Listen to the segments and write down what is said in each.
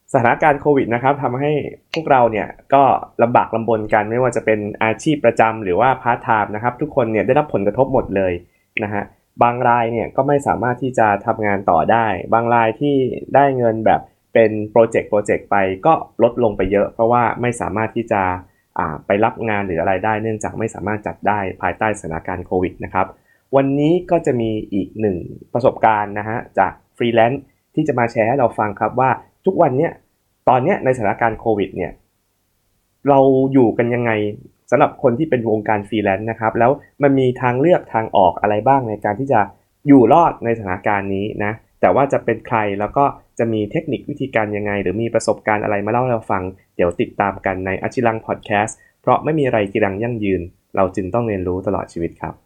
สถานการณ์โควิดนะครับทำให้พวกเราเนี่ยก็ลำบากลำบนกันไม่ว่าจะเป็นอาชีพประจำหรือว่าพาร์ทไทม์นะครับทุกคนเนี่ยได้รับผลกระทบหมดเลยนะฮะบางรายเนี่ยก็ไม่สามารถที่จะทำงานต่อได้บางรายที่ได้เงินแบบเป็นโปรเจกต์ไปก็ลดลงไปเยอะเพราะว่าไม่สามารถที่จะไปรับงานหรืออะไรได้เนื่องจากไม่สามารถจัดได้ภายใต้สถานการณ์โควิดนะครับวันนี้ก็จะมีอีกหนึ่งประสบการณ์นะฮะจากฟรีแลนซ์ที่จะมาแชร์ให้เราฟังครับว่าทุกวันเนี้ยตอนเนี้ยในสถานการณ์โควิดเนี่ยเราอยู่กันยังไงสำหรับคนที่เป็นวงการฟรีแลนซ์นะครับแล้วมันมีทางเลือกทางออกอะไรบ้างในการที่จะอยู่รอดในสถานการณ์นี้นะแต่ว่าจะเป็นใครแล้วก็จะมีเทคนิควิธีการยังไงหรือมีประสบการณ์อะไรมาเล่าให้เราฟังเดี๋ยวติดตามกันในอาชิรังพอดแคสต์เพราะไม่มีอะไรจีรังยั่งยืนเราจึงต้องเรียนรู้ตลอดชีวิตครับ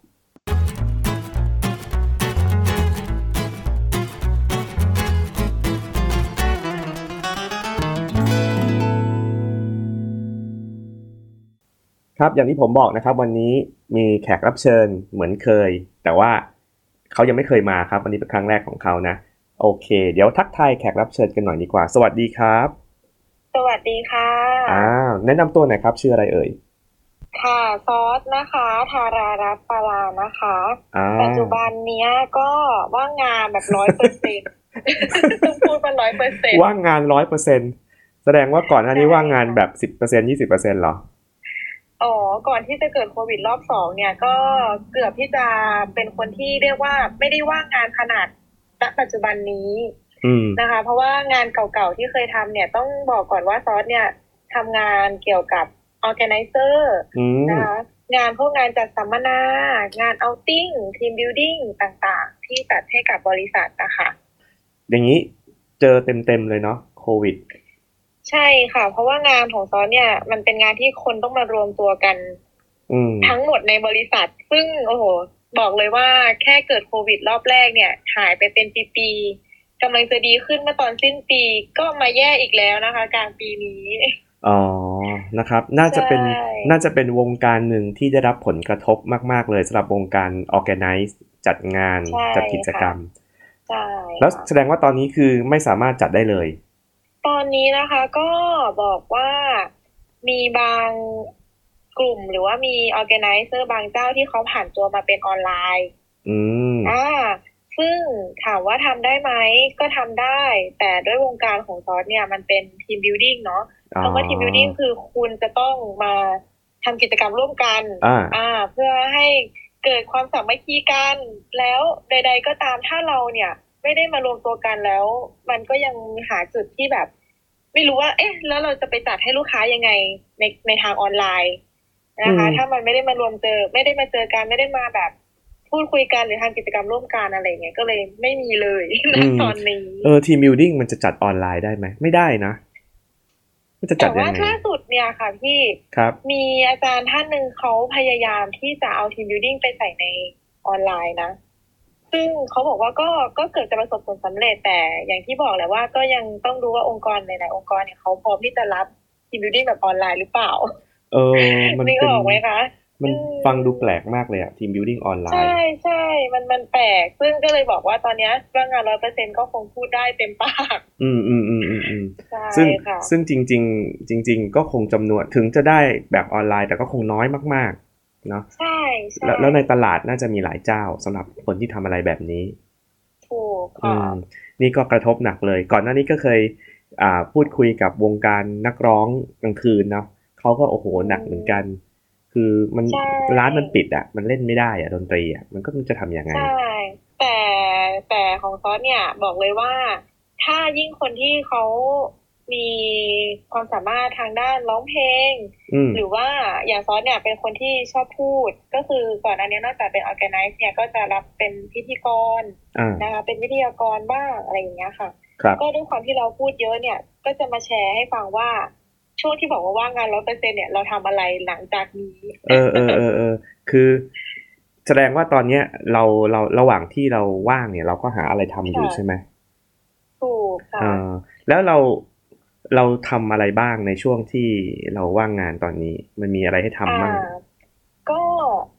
ครับอย่างที่ผมบอกนะครับวันนี้มีแขกรับเชิญเหมือนเคยแต่ว่าเขายังไม่เคยมาครับวันนี้เป็นครั้งแรกของเขานะโอเคเดี๋ยวทักทายแขกรับเชิญกันหน่อยดีกว่าสวัสดีครับสวัสดีค่ะแนะนำตัวหน่อยครับชื่ออะไรเอ่ยค่ะซอสนะคะทารารัตน์ปารานะคะอ่ปัจจุาบันเนี้ยก็ว่างงานแบบ100%ต้องพูดมา100% ว่างงาน100%แสดงว่าก่อนหน้าใช่นี้ว่างงานค่ะแบบ10% 20%เหรออ๋อก่อนที่จะเกิดโควิดรอบ 2เนี่ยก็เกือบที่จะเป็นคนที่เรียกว่าไม่ได้ว่างงานขนาดณปัจจุบันนี้อืมนะคะเพราะว่างานเก่าๆที่เคยทำเนี่ยต้องบอกก่อนว่าซอสเนี่ยทำงานเกี่ยวกับ organizer อืมนะคะงานพวกงานจัดสัมมนางาน outing team building ต่างๆที่จัดให้กับบริษัทนะคะอย่างนี้เจอเต็มๆเลยเนาะโควิดใช่ค่ะเพราะว่างานของซอสเนี่ยมันเป็นงานที่คนต้องมารวมตัวกันอืมทั้งหมดในบริษัทซึ่งโอ้โหบอกเลยว่าแค่เกิดโควิดรอบแรกเนี่ยหายไปเป็นปีๆกำลังจะดีขึ้นเมื่อตอนสิ้นปีก็มาแย่อีกแล้วนะคะกลางปีนี้อ๋อนะครับน่าใชจะเป็น่น่าจะเป็นวงการหนึ่งที่ได้รับผลกระทบมากๆเลยสำหรับวงการ organize จัดงานใช่จัดกิจกรค่ะรมใช่แล้วค่ะแสดงว่าตอนนี้คือไม่สามารถจัดได้เลยตอนนี้นะคะก็บอกว่ามีบางกลุ่มหรือว่ามี organizer บางเจ้าที่เขาผ่านตัวมาเป็นออนไลน์อืมอ่าซึ่งถามว่าทำได้ไหมก็ทำได้แต่ด้วยวงการของซอสเนี่ยมันเป็น team building เนาะอ๋อคำว่า team building คือคุณจะต้องมาทำกิจกรรมร่วมกันอ่าเพื่อให้เกิดความสามัคคีกันแล้วใดๆก็ตามถ้าเราเนี่ยไม่ได้มารวมตัวกันแล้วมันก็ยังหาจุดที่แบบ ไม่รู้ว่าเอ๊ะแล้วเราจะไปจัดให้ลูกค้ายังไงในทางออนไลน์อืนะคะมถ้ามันไม่ได้มารวมเจอไม่ได้มาเจอกันไม่ได้มาแบบพูดคุยกันหรือทำกิจกรรมร่วมกันอะไรเงี้ยก็เลยไม่มีเลยณอืมตอนนี้ทีมบิลดิ้งมันจะจัดออนไลน์ได้ไหมไม่ได้นะมันจะจัแต่ว่าดยังไงล่าสุดเนี่ยค่ะพี่ครับมีอาจารย์ท่านหนึ่งเขาพยายามที่จะเอาทีมบิวดิ้งไปใส่ในออนไลน์นะซึ่งเขาบอกว่าก็เกิดจะประสบผลสำเร็จแต่อย่างที่บอกแหละว่าก็ยังต้องดูว่าองค์กรหลายๆองค์กรเนี่ยเขาพร้อมที่จะรับทีมบิวดิ้งแบบออนไลน์หรือเปล่ามันนึกเป็นออกไหมคะมันอืฟังดูแปลมกมากเลยอะทีมบิลดิ้งออนไลใช่น์ใช่มันแปลกซึ่งก็เลยบอกว่าตอนเนี้ยว่างงาน100%ก็คงพูดได้เต็มปากอืมใช่ซึ่งค่ะซึ่งจริงๆก็คงจำนวนถึงจะได้แบบออนไลน์แต่ก็คงน้อยมากๆเนาะใช่ใช่แล้วในตลาดน่าจะมีหลายเจ้าสำหรับคนที่ทำอะไรแบบนี้ถูกอืค่ะมนี่ก็กระทบหนักเลยก่อนหน้านี้ก็เคยพูดคุยกับวงการนักร้องกลางคืนเนาะเขาก็โอ้โหอืหนักเหมือนกันมคือมันใช่ร้านมันปิดอ่ะมันเล่นไม่ได้อ่ะดนตรีอ่ะมันก็ไมันจะทำยังไงใช่แต่แต่ของซอสเนี่ยบอกเลยว่าถ้ายิ่งคนที่เขามีความสามารถทางด้านร้องเพลงอืมหรือว่าอย่างซอสเนี่ยเป็นคนที่ชอบพูดก็คือก่อนอันนี้นอกจากเป็น organize เนี่ยก็จะรับเป็นพิธีกรอ่านะคะเป็นวิทยากรบ้างอะไรอย่างเงี้ยค่ะครับก็ด้วยความที่เราพูดเยอะเนี่ยก็จะมาแชร์ให้ฟังว่าช่วงที่บอกว่าว่างงาน100%เนี่ยเราทำอะไรหลังจากนี้เออคือแสดงว่าตอนเนี้ยเราระหว่างที่เราว่างเนี่ยเราก็หาอะไรทำอยู่ใช่ไหมค่ะถูกค่ะอ่าแล้วเราทำอะไรบ้างในช่วงที่เราว่างงานตอนนี้มันมีอะไรให้อ่ทำมั่งา ก็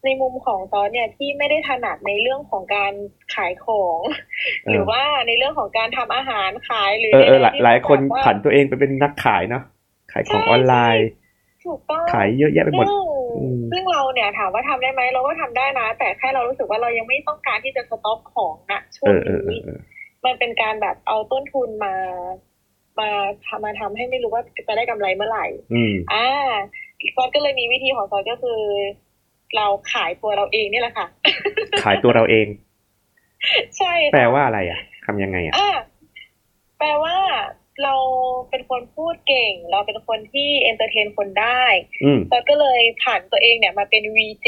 ในมุมของซอสเนี่ยที่ไม่ได้ถนัดในเรื่องของการขายของเอหรืออว่าในเรื่องของการทำอาหารขายหรือเออใดๆที่ต้องหลายคนแบบว่าผันตัวเองไปเป็นนักขายเนาะขายของใช่ออนไลใช่น์ถูกต้องขายเยอะแยะไปหมดซึ่งอืมซึ่งเราเนี่ยถามว่าทำได้ไหมเราก็ทำได้นะแต่แค่เรารู้สึกว่าเรายังไม่ต้องการที่จะสต็อกของณช่เอวงนี้อเออเออเออมันเป็นการแบบเอาต้นทุนมาทำให้ไม่รู้ว่าจะได้กำไรเมื่อไหร่อืมอ่าซอสก็เลยมีวิธีของซอสก็คือเราขายตัวเราเองนี่แหละค่ะขายตัวเราเองใช่แปลค่ะว่าอะไรอ่ะทำยังไงอ่ะอ่าแปลว่าเราเป็นคนพูดเก่งเราเป็นคนที่เอนเตอร์เทนคนได้อืมซอสก็เลยผ่านตัวเองเนี่ยมาเป็น VJ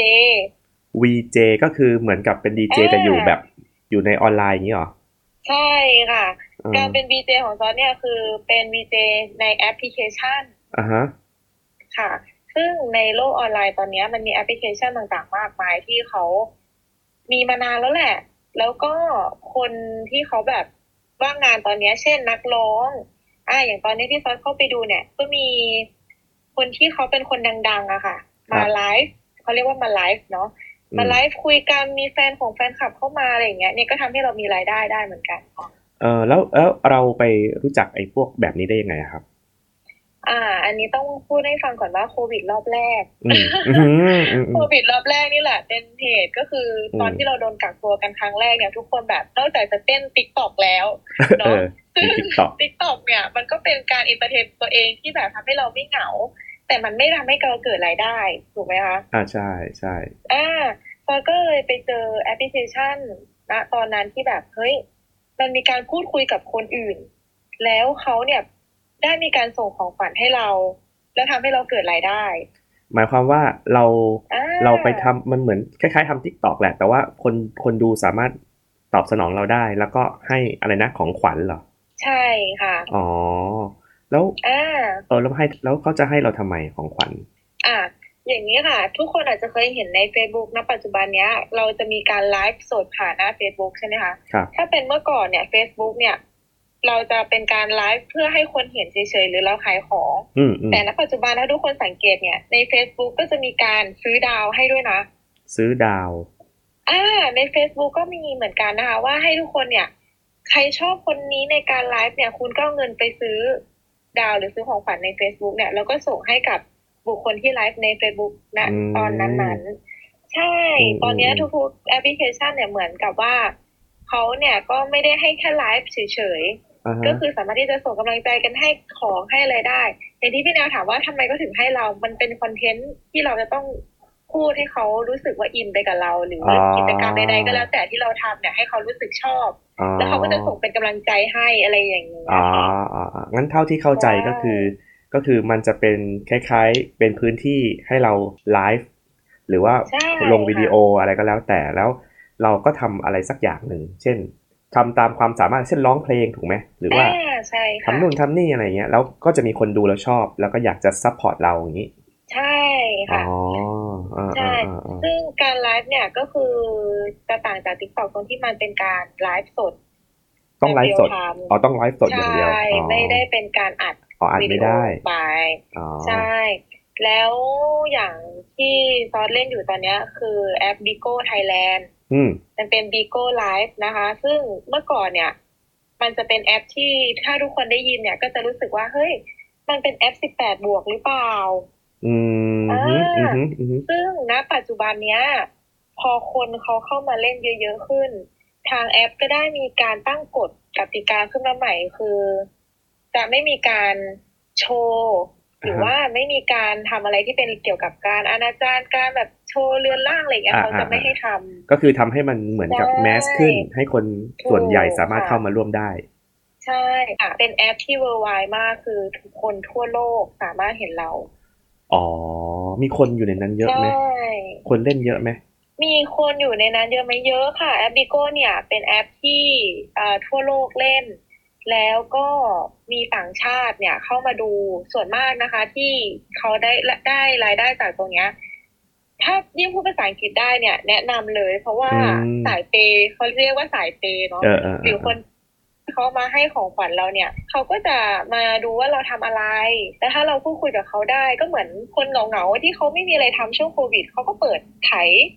VJ ก็คือเหมือนกับเป็นดีอ่เจแต่อยู่แบบาอยู่ในออนไลน์อย่างนี้เหรอใช่ค่ะเออการเป็น VJ ของซอสเนี่ยคือเป็น VJ ในแอปพลิเคชันอ่าฮะค่ะซึ่งในโลกออนไลน์ตอนนี้มันมีแอปพลิเคชันต่างๆมากมายที่เขามีมานานแล้วแหละ แล้วก็คนที่เขาแบบว่างงานตอนนี้เช่นนักร้องอย่างตอนนี้ที่ซอยเข้าไปดูเนี่ยก็มีคนที่เขาเป็นคนดังๆอะค่ะครับมาไลฟ์เขาเรียกว่ามาไลฟ์เนาะอืมมาไลฟ์คุยกันมีแฟนของแฟนคลับเข้ามาอะไรอย่างเงี้ยเนี่ยก็ทำให้เรามีรายได้ได้เหมือนกันค่ะแล้วเราไปรู้จักไอ้พวกแบบนี้ได้ยังไงอะครับอันนี้ต้องพูดให้ฟังก่อนว่าโควิดรอบแรกอืมอืมอืมโคอืมวิดรอบแรกนี่แหละเป็นเหตุก็คืออืมตอนที่เราโดนกักตัวกันครั้งแรกเนี่ยทุกคนแบบนอกจากจะเต้นติ๊กตอกแล้วเอเนาะอซึ่งมี TikTok ติ๊กตอกเนี่ยมันก็เป็นการเอนเตอร์เทนตัวเองที่แบบทำให้เราไม่เหงาแต่มันไม่ทำให้เราเกิดรายได้ถูกไหมคะใช่ใช่อ่าตอนก็เลยไปเจอแอปพลิเคชันนะตอนนั้นที่แบบเฮ้ยมันมีการพูดคุยกับคนอื่นแล้วเขาเนี่ยได้มีการส่งของขวัญให้เราแล้วทำให้เราเกิดรายได้หมายความว่าเราอ่เราไปาทำมันเหมือนคล้ายๆทำ TikTok แหละแต่ว่าคนดูสามารถตอบสนองเราได้แล้วก็ให้อะไรนะของขวัญเหรอใช่ค่ะอ๋อแล้วอ่าแล้วเขาจะให้เราทำไมของขวัญอ่ะอย่างนี้ค่ะทุกคนอาจจะเคยเห็นใน Facebook ณปัจจุบันเนี้ยเราจะมีการไลฟ์สดผ่านหน้า Facebook ใช่ไหมคะครับถ้าเป็นเมื่อก่อนเนี่ย Facebook เนี่ยเราจะเป็นการไลฟ์เพื่อให้คนเห็นเฉยๆหรือเราขายของอืมอืมแต่ณปัจจุบันถ้าทุกคนสังเกตเนี่ยใน Facebook ก็จะมีการซื้อดาวให้ด้วยนะซื้อดาวอ่าใน Facebook ก็มีเหมือนกันนะคะว่าให้ทุกคนเนี่ยใครชอบคนนี้ในการไลฟ์เนี่ยคุณก็เอาเงินไปซื้อดาวหรือซื้อของขวัญใน Facebook เนี่ยแล้วก็ส่งให้กับบุคคลที่ไลฟ์ใน Facebook ณอืตอนนั้นมๆใช่อืมตอนเนี้ยอืมอืมทุกๆแอปพลิเคชันเนี่ยเหมือนกับว่าเขาเนี่ยก็ไม่ได้ให้แค่ไลฟ์เฉยๆก็อ่าฮะคือสามารถที่จะส่งกำลังใจกันให้ของให้อะไรได้อย่างที่พี่แนวถามว่าทำไมก็ถึงให้เรามันเป็นคอนเทนต์ที่เราจะต้องพูดให้เขารู้สึกว่าอินไปกับเราหรืออ๋อกิจกรรมใดๆก็แล้วแต่ที่เราทำเนี่ยให้เขารู้สึกชอบอ๋อแล้วเขาก็จะส่งเป็นกำลังใจให้อะไรอย่างเงี้อ๋อยค่ะงั้นเท่าที่เข้าใชใจ่ก็คือมันจะเป็นคล้ายๆเป็นพื้นที่ให้เราไลฟ์หรือว่าใช่ลงวิค่ะดีโออะไรก็แล้วแต่แล้วเราก็ทำอะไรสักอย่างหนึ่งเช่นทำตามความสามารถเช่นร้องเพลงถูกไหมหรืออ่าว่าใช่ค่ะทำนู่นทำนี่อะไรเงี้ยแล้วก็จะมีคนดูแล้วชอบแล้วก็อยากจะซัพพอร์ตเราอย่างนี้ใช่อ๋อค่ะอ่าใช่อ่าอ่าอ่าซึ่งการไลฟ์เนี่ยก็คือจะต่างจาก TikTok ตรงที่มันเป็นการไลฟ์สดแบบเรียต้องไลฟ์สดลไทม์ต้องไลฟ์สดอย่างใช่เดียวไม่ได้เป็นการอัดอัดวิดีโอไม่ได้ไปอ๋อใช่แล้วอย่างที่ซอสเล่นอยู่ตอนเนี้ยคือแอป Bigo Thailand อืมมันเป็น Bigo Live นะคะซึ่งเมื่อก่อนเนี่ยมันจะเป็นแอปที่ถ้าทุกคนได้ยินเนี่ยก็จะรู้สึกว่าเฮ้ยมันเป็นแอป18 บวกหรือเปล่าอือ่มอืมาอืมซึ่งณปัจจุบันเนี้ยพอคนเขาเข้ามาเล่นเยอะๆขึ้นทางแอปก็ได้มีการตั้งกฎกติกาขึ้นมาใหม่คือจะไม่มีการโชว์หรืออ่าฮะว่าไม่มีการทำอะไรที่เป็นเกี่ยวกับการอนาจารการแบบโชว์เรือนร่างอะไรอย่างเงี้ยเขาจะไม่ให้ทก็คือทำให้มันเหมือำใชนกับแมสขึ้น่ให้คนส่ถูวนใหญ่กสามารถค่ะเข้ามาร่วมได้ใช่ค่ะเป็นแอปที่ worldwide มากคือทุกคนทั่วโลกสามารถเห็นเราอ๋อมีคนอยู่ในนั้นเยใชอะไหม่คนเล่นเยอะไหมมีคนอยู่ในนั้นเยอะไหมเยอะค่ะแอป Bigo เนี่ยเป็นแอปที่ทั่วโลกเล่นแล้วก็มีต่างชาติเนี่ยเข้ามาดูส่วนมากนะคะที่เขาได้รายได้จากตรงเนี้ยถ้ายิ่งพูดภาษาอังกฤษได้เนี่ยแนะนำเลยเพราะว่าอืมสายเปย์เขาเรียกว่าสายเปย์เนาะหรือคนเขามาให้ของขวัญเราเนี่ยเขาก็จะมาดูว่าเราทำอะไรแล้วถ้าเราพูดคุยกับเขาได้ก็เหมือนคนเหงาๆที่เขาไม่มีอะไรทำช่วงโควิดเขาก็เปิดไถ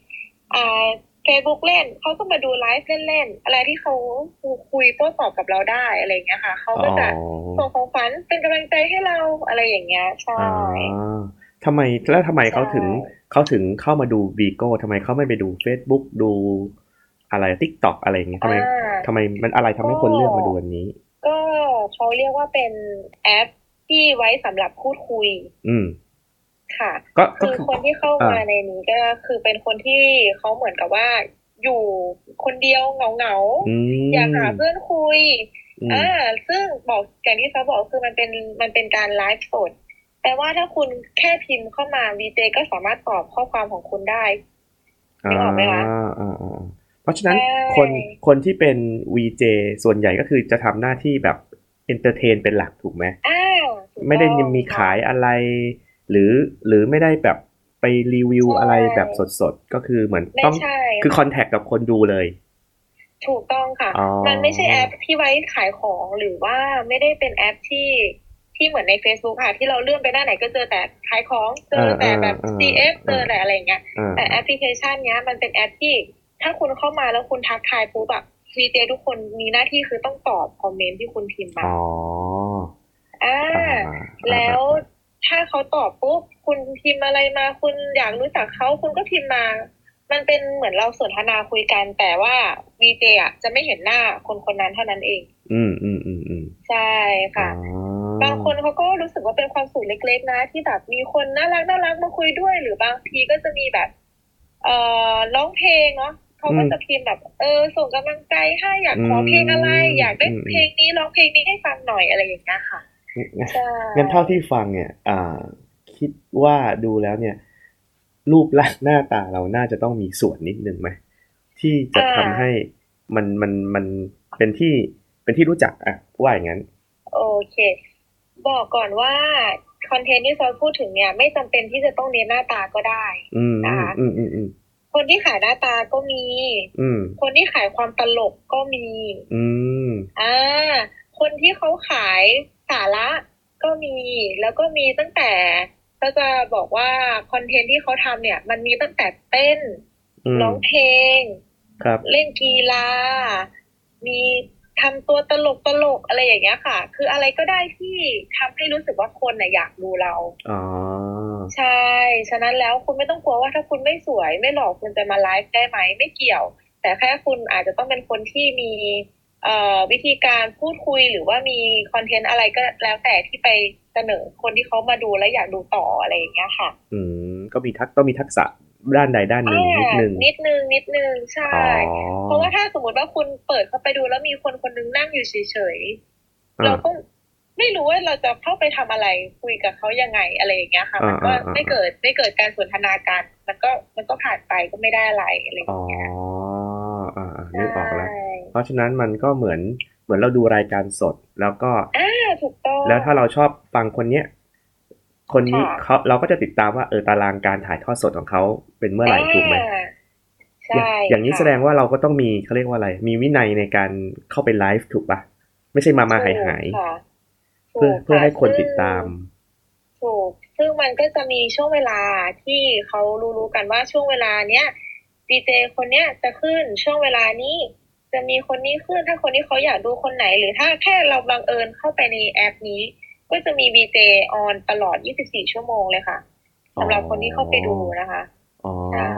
อ่า Facebook เล่นเขาก็มาดูไลฟ์เล่นๆอะไรที่เขาคุยโต้ตอบกับเราได้อะไรอย่างเงี้ยค่ะเขาอ๋ก็จะอส่งของขวัญเป็นกำลังใจให้เราอะไรอย่างเงี้ยใช่อ๋อทำไมแล้วทำไมใช่เขาถึงเข้ามาดูวีโก้ทำไมเขาไม่ไปดู Facebook ดูอะไร TikTok อะไรอย่างเงี้ยอ่ทำาไมมันอะไรทำก็ให้คนเลือกมาดูอันนี้ก็เขาเรียกว่าเป็นแอปที่ไว้สำหรับพูดคุยอืมค่ะก็คือคือคนที่เข้าอ่ามาในนี้ก็คือเป็นคนที่เขาเหมือนกับว่าอยู่คนเดียวเหงาอือยากหามเพื่อนคุยอืมอ่าซึ่งบอกอย่างที่เขาบอกคือมันเป็นการไลฟ์สดแปลว่าถ้าคุณแค่พิมพ์เข้ามาวีเจก็สามารถตอบข้อความของคุณได้อ่นึกออกไหมคะาเพราะฉะใชนั้นคน่คนที่เป็น VJ ส่วนใหญ่ก็คือจะทำหน้าที่แบบเอนเตอร์เทนเป็นหลักถูกไหมอ่าถูกไม่ได้ต้องมีค่ะขายอะไรหรือไม่ได้แบบไปรีวิวใชอะไรแบบ่สดๆก็คือเหมือนต้องไม่ใช่คือคค่ะอนแทคกับคนดูเลยถูกต้องค่ะอ๋อมันไม่ใช่แอปที่ไว้ขายของหรือว่าไม่ได้เป็นแอปที่เหมือนใน Facebook ค่ะที่เราเลื่อนไปหน้าไหนก็เจอแต่ขายของเจอ่าอแต่แบบอ่า CF เจอ่าอแต่อะไรอย่างเงี้ยอ่แต่แอาปพลิเคชันเนี้ยมันเป็นแอปที่ถ้าคุณเข้ามาแล้วคุณทักทายปุ๊บแบบวีเจทุกคนมีหน้าที่คือต้องตอบคอมเมนต์ที่คุณพิมพ์มาอ๋ออ่อ่าาแล้วอ่าอ่าถ้าเขาตอบปุ๊บคุณพิมพ์อะไรมาคุณอยากรู้จักเขาคุณก็พิมพ์มามันเป็นเหมือนเราสนทนาคุยกันแต่ว่าวีเจอ่ะจะไม่เห็นหน้าคนคนนั้นเท่านั้นเองอืมใช่อ๋ค่ะอบางคนเขาก็รู้สึกว่าเป็นความสุขเล็กๆนะที่แบบมีคนน่ารักมาคุยด้วยหรือบางทีก็จะมีแบบร้องเพลงเนาะเขาอืมก็จะพิมพ์แบบส่งกำลังใจให้อยากอืขอเพลงอะไรอยากได้เพลมงนี้ร้องเพลงนี้ให้ฟังหน่อยอะไรอย่างเงี้ยค่ะใช่งั้นเท่าที่ฟังเนี่ยคิดว่าดูแล้วเนี่ยรูปร่างหน้าตาเราน่าจะต้องมีส่วนนิดนึงไหมที่จะอ่าทำให้มันเป็นที่รู้จักอ่ะว่าอย่างนั้นโอเคบอกก่อนว่าคอนเทนต์ที่ซอยพูดถึงเนี่ยไม่จำเป็นที่จะต้องเน้นหน้าตาก็ได้อืมอืนะคะมอืมอืมอืมคนที่ขายหน้าตาก็มีอืมคนที่ขายความตลกก็มีอืมอ่าคนที่เขาขายสาระก็มี แล้วก็มีตั้งแต่ก็จะบอกว่าคอนเทนต์ที่เขาทำเนี่ยมันมีตั้งแต่เต้นอืมร้องเพลงครับเล่นกีฬามีทำตัวตลกอะไรอย่างเงี้ยค่ะคืออะไรก็ได้ที่ทำให้รู้สึกว่าคนน่ะอยากดูเราอ๋อใช่ ฉะนั้นแล้วคุณไม่ต้องกลัวว่าถ้าคุณไม่สวยไม่หล่อคุณจะมาไลฟ์ได้ไหมไม่เกี่ยวแต่แค่คุณอาจจะต้องเป็นคนที่มีวิธีการพูดคุยหรือว่ามีคอนเทนต์อะไรก็แล้วแต่ที่ไปเสนอคนที่เขามาดูและอยากดูต่ออะไรอย่างเงี้ยค่ะอืมก็ต้องมีทักษะด้านใดด้านหอ่านึ่งนิดนึงนิดนึงใช่อ๋อเพราะว่าถ้าสมมติว่าคุณเปิดเข้าไปดูแล้วมีคนคนนึงนั่งอยู่เฉยๆเราอ่าก็ไม่รู้ว่าเราจะเข้าไปทำอะไรคุยกับเขายังไงอะไรอย่างเงี้ยค่ะอ่ามันก็ไม่อ่าเกิดไม่เกิดการสนทนากันมันก็ผ่านไปก็ไม่ได้อะไรอะไรออ๋อย่างเงี้ยใชนึกออกแล้ว่เพราะฉะนั้นมันก็เหมือนเราดูรายการสดแล้วก็อ่าถูกต้องแล้วถ้าเราชอบฟังคนเนี้ยคนนี้ค่ะเราก็จะติดตามว่าตารางการถ่ายทอดสดของเขาเป็นเมื่อไหอ่ร่ถูกไหมาใช่อย่างนี้แสค่ะดงว่าเราก็ต้องมีเขาเรียกว่าอะไรมีวินัยในการเข้าไปไลฟ์ถูกปะไม่ใช่มาถูกหายค่ะเพื่ถูกค่ะอให้คนซึ่งติดตามถูกซึ่งมันก็จะมีช่วงเวลาที่เขารู้กันว่าช่วงเวลาเนี้ยดีเจคนเนี้ยจะขึ้นช่วงเวลานี้จะมีคนนี้ขึ้นถ้าคนที่เขาอยากดูคนไหนหรือถ้าแค่เราบังเอิญเข้าไปในแอปนี้ก็จะมีวีเจออนตลอด 24 ชั่วโมงเลยค่ะอ๋อสำหรับคนที่เข้าไปดูนะคะอ๋อใช่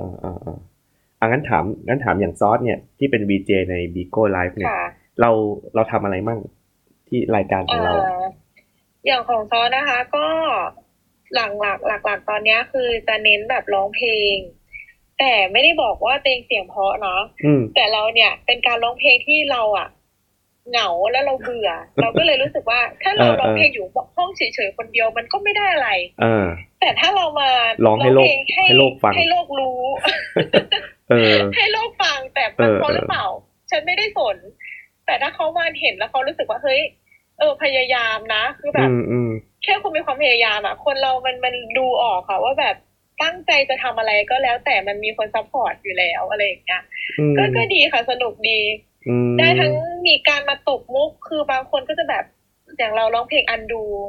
งั้นถามอย่างซอสเนี่ยที่เป็น VJ ใน Bigo Live เนี่ยค่ะเราทำอะไรมั่งที่รายการขเอ่องเราอ่ะออย่างของซอสนะคะก็หลักตอนเนี้ยคือจะเน้นแบบร้องเพลง แต่ไม่ได้บอกว่าตัวเองเสียงเพราะเนาะอืมแต่เราเนี่ยเป็นการร้องเพลงที่เราอะเหงาแล้วเราเบื่อเราก็เลยรู้สึกว่าถ้าเราร้เออองเพลงอยู่ห้องเฉยๆคนเดียวมันก็ไม่ได้อะไรเออแต่ถ้าเรามาร้องร้องเพลงให้ให้โลกฟังให้โลกรู้เออให้โลกฟังแต่เอมันเพอเออราะหรือเปล่าฉันไม่ได้สนแต่ถ้าเขามาเห็นแล้วเขารู้สึกว่าเฮ้ยพยายามนะคือแบบอืมแค่คุณมีความพยายามอะคนเรามันดูออกค่ะว่าแบบตั้งใจจะทำอะไรก็แล้วแต่มันมีคนซัพพอร์ตอยู่แล้วอะไรอย่างเงี้ยอืมก็ดีค่ะสนุกดีอืได้ทั้งมมีการมาตบมุกคือบางคนก็จะแบบอย่างเราร้องเพลงอันดู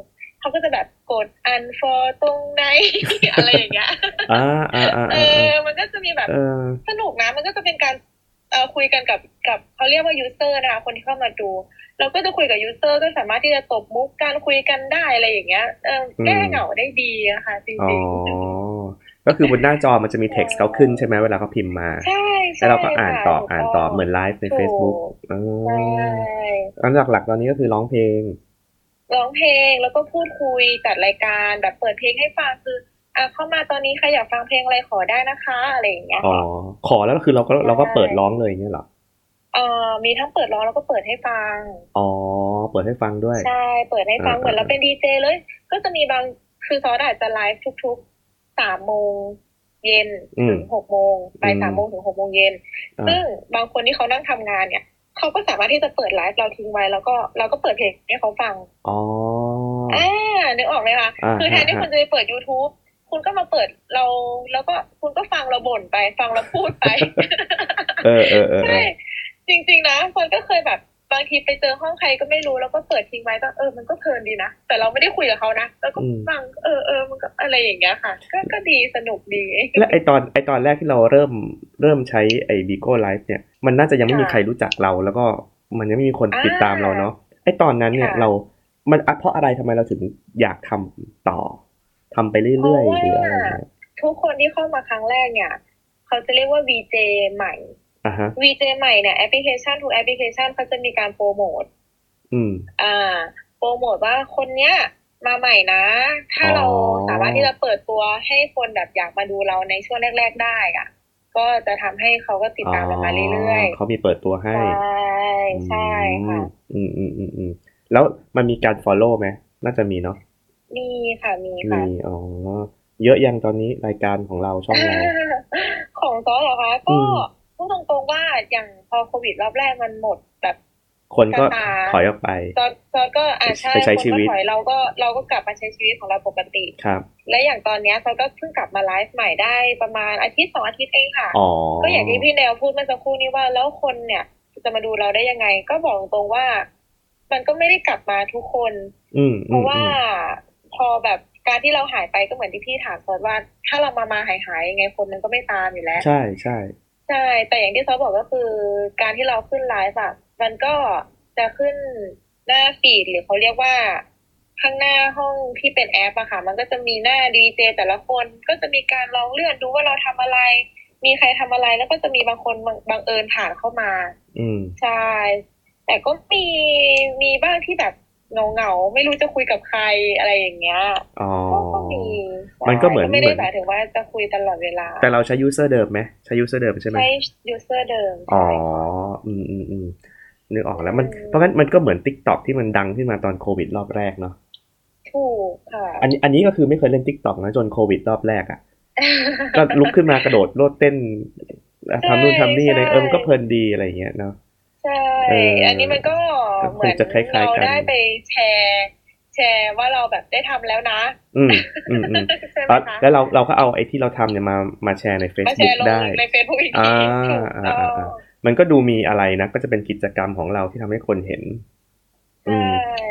เขาก็จะแบบกด unfollow ตรงไหน อะไรอย่างเงี้ยอ่าอ่าอ่าอ่าอ่ามันก็จะมีแบบเออสนุกนะมันก็จะเป็นการคุยกันกับเขาเรียกว่า user นะคะคนที่เข้ามาดูเราก็จะคุยกับ user ก็สามารถที่จะตบมุกการคุยกันได้อะไรอย่างเงี้ยอืแก้มเหงาได้ดีอะค่ะจอ๋อริงก็คือบนหน้าจอมันจะๆมีใช่ text เขาขึ้นใช่ไหมเวลาเขาพิมพ์มาใช่แล้วใช่เราก็อ่านค่ะต่อถูกต้องเหมือนไลฟ์ในถู Facebook กอ๋ใช่ออันหลักๆตอนนี้ก็คือร้องเพลงร้องเพลงแล้วก็พูดคุยจัดรายการแบบเปิดเพลงให้ฟังคือเข้ามาตอนนี้ใครอยากฟังเพลงอะไรขอได้นะคะอะไรอย่างเงี้ยอ๋อค่ะขอแล้วก็คือใช่เราก็เปิดร้องเลยอย่างเงี้ยเหรอมีทั้งเปิดร้องแล้วก็เปิดให้ฟังอ๋อเปิดให้ฟังด้วยใช่เปิดให้ฟังเหมือนเราเป็นดีเจเลยก็จะมีบางคือซอสอาจจะไลฟ์ทุกๆ3 โมงเย็นอืมถึง6 โมงอืบ่ายม 3 โมงถึง6 โมงเย็นซึ่งอ่าบางคนที่เขานั่งทำงานเนี่ยเขาก็สามารถที่จะเปิดไลฟ์เราทิ้งไว้แล้วก็เราก็เปิดเพลงให้เขาฟังอ๋ออ่านึกออกไหมคะคือแทนที่ฮะคุณจะไปเปิด YouTube คุณก็มาเปิดเราแล้วก็คุณก็ฟังเราบ่นไปฟังเราพูดไปเออเออเออใช่เออจริงๆนะคนก็เคยแบบบางทีไปเจอห้องใครก็ไม่รู้แล้วก็เปิดทิ้งไว้ก็มันก็เพลินดีนะแต่เราไม่ได้คุยกับเขานะแล้วก็อืมฟังมันก็อะไรอย่างเงี้ยค่ะก็ดีสนุกดีและไอตอนแรกที่เราเริ่มใช้ไอ Bigo Live เนี่ยมันน่าจะยังไม่มีค่ะใครรู้จักเราแล้วก็มันยังไม่มีคนอ่ติดตามเราาเนาะไอตอนนั้นเนี่ยค่ะมันเพราะอะไรทำไมเราถึงอยากทำต่อทำไปเพราะว่าเรื่อยๆหรืออะไรเงี้ยทุกคนที่เข้ามาครั้งแรกเนี่ยเขาจะเรียกว่า VJ ใหม่อ่ะฮะ VJ ใหม่เนี่ยแอปพลิเคชันทุกแอปพลิเคชันเขาจะมีการโปรโมทอืมโปรโมทว่าคนเนี้ยมาใหม่นะ ถ้าอ๋อเราสามารถที่จะเปิดตัวให้คนแบบอยากมาดูเราในช่วงแรกๆได้อ่ะก็จะทำให้เขาก็ติดอ๋อตามเรามาเรื่อยเขามีเปิดตัวๆให้ใช่อืใช่มค่ะอืมแล้วมันมีการ follow ไหมน่าจะมีเนาะมีค่ะมีมีค่ะอ๋อเยอะยังตอนนี้รายการของเราช่องเราของซอสเหรอคะก็อืมพูดตรงๆว่าอย่างพอโควิดรอบแรกมันหมดแบบคนก็ซาถอยออกไปซอสก็ใช่ไปใช้คนชีวิตก็ถอยเราก็กลับมาใช้ชีวิตของเราปกติครับและอย่างตอนเนี้ยซอสก็เพิ่งกลับมาไลฟ์ใหม่ได้ประมาณ1-2 อาทิตย์เองค่ะอ๋อก็อย่างที่พี่แนวพูดเมื่อสักครู่นี้ว่าแล้วคนเนี่ยจะมาดูเราได้ยังไงก็บอกตรงๆว่ามันก็ไม่ได้กลับมาทุกคนเพราะว่าพอแบบการที่เราหายไปก็เหมือนที่พี่ถามซอสว่าถ้าเรามาหายยังไงคนมันก็ไม่ตามอยู่แล้วใช่ใช่ใช่แต่อย่างที่เขาบอกก็คือการที่เราขึ้นไลฟ์อะมันก็จะขึ้นหน้าฟีดหรือเขาเรียกว่าข้างหน้าห้องที่เป็นแอปอะค่ะมันก็จะมีหน้าดีเจแต่ละคนก็จะมีการลองเลื่อนดูว่าเราทำอะไรมีใครทำอะไรแล้วก็จะมีบางคนบังเอิญผ่านเข้ามาอืมใช่แต่ก็มีบ้างที่แบบเหงาไม่รู้จะคุยกับใครอะไรอย่างเงี้ยอ๋อก็มีใช่มันก็เหมือก็ไม่ได้นเหมือนหมายถึงว่าจะคุยตลอดเวลาแต่เราใช้ user เดิมไหมใช้ user เดิมใช่ไหมใช้ยูเซอร์เดิมอ๋อใช่ค่ะนึกออกอืแล้วเพราะงั้นมมันก็เหมือน TikTok ที่มันดังขึ้นมาตอนโควิดรอบแรกเนาะถูกค่ะอันนี้ก็คือไม่เคยเล่น TikTok นะจนโควิดรอบแรกอ่ะก็ลุกขึ้นมากระโดดโลดเต้นใช่ทำนู่นทำนี่ใช่อะไรมันก็เพลินดีอะไรอย่างเงี้ยเนาะใช่เออันนี้อมันก็ก็เหมือนคงจะคล้าเรายๆกันได้ไปแชร์ว่าเราแบบได้ทำแล้วนะอืมอืมใช่ไหมคะแล้วเราก็เอาไอ้ที่เราทำเนี่ยมาแชร์ในมาแช Facebook ร์ลงได้ใน Facebook อีกอ่าทีถูกต้องมันก็ดูมีอะไรนะก็จะเป็นกิจกรรมของเราที่ทำให้คนเห็นใชอืม่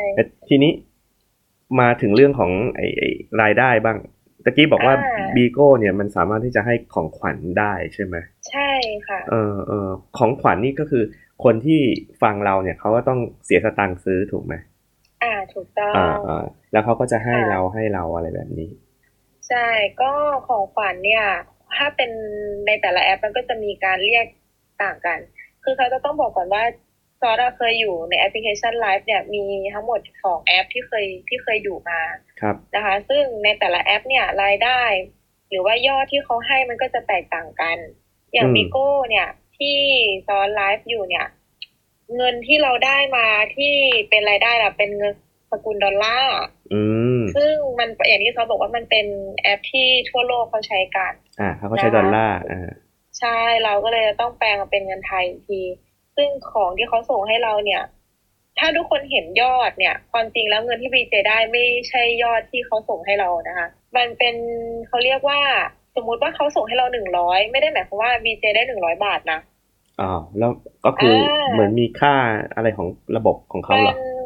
แต่ทีนี้มาถึงเรื่องของไอ้รายได้บ้างตะกี้บอกอ่ว่าาบีโก้เนี่ยมันสามารถที่จะให้ของขวัญได้ใช่ไหมใช่ค่ะของขวัญนี่ก็คือคนที่ฟังเราเนี่ยเขาก็ต้องเสียสตังค์ซื้อถูกไหมถูกต้ออ่างอ่าแล้วเขาก็จะให้ค่ะเราอะไรแบบนี้ใช่ก็ของขวัญเนี่ยถ้าเป็นในแต่ละแอปมันก็จะมีการเรียกต่างกันคือเขาจะต้องบอกก่อนว่าซอสอะเคยอยู่ในแอปพลิเคชันไลฟ์เนี่ยมีทั้งหมด2 แอปที่เคยอยู่มาครับนะคะซึ่งในแต่ละแอปเนี่ยรายได้หรือว่ายอดที่เขาให้มันก็จะแตกต่างกันอย่างอืมบิโก้เนี่ยที่ซอสไลฟ์อยู่เนี่ยเงินที่เราได้มาที่เป็นรายได้อะเป็นเงินสกุลดอลลาร์อืมซึ่งมันอย่างที่เขาบอกว่ามันเป็นแอปที่ทั่วโลกเขาใช้กันเขาก็ใช้นะคะดอลลาร์ใช่เราก็เลยต้องแปลงมาเป็นเงินไทยอีกทีซึ่งของที่เขาส่งให้เราเนี่ยถ้าทุกคนเห็นยอดเนี่ยความจริงแล้วเงินที่บีเจได้ไม่ใช่ยอดที่เขาส่งให้เรานะคะมันเป็นเขาเรียกว่าสมมุติว่าเขาส่งให้เรา100ไม่ได้หมายความว่าบีเจได้100 บาทนะแล้วก็อ่คือเหมือนามีค่าอะไรของระบบของเขามันเหรอใช่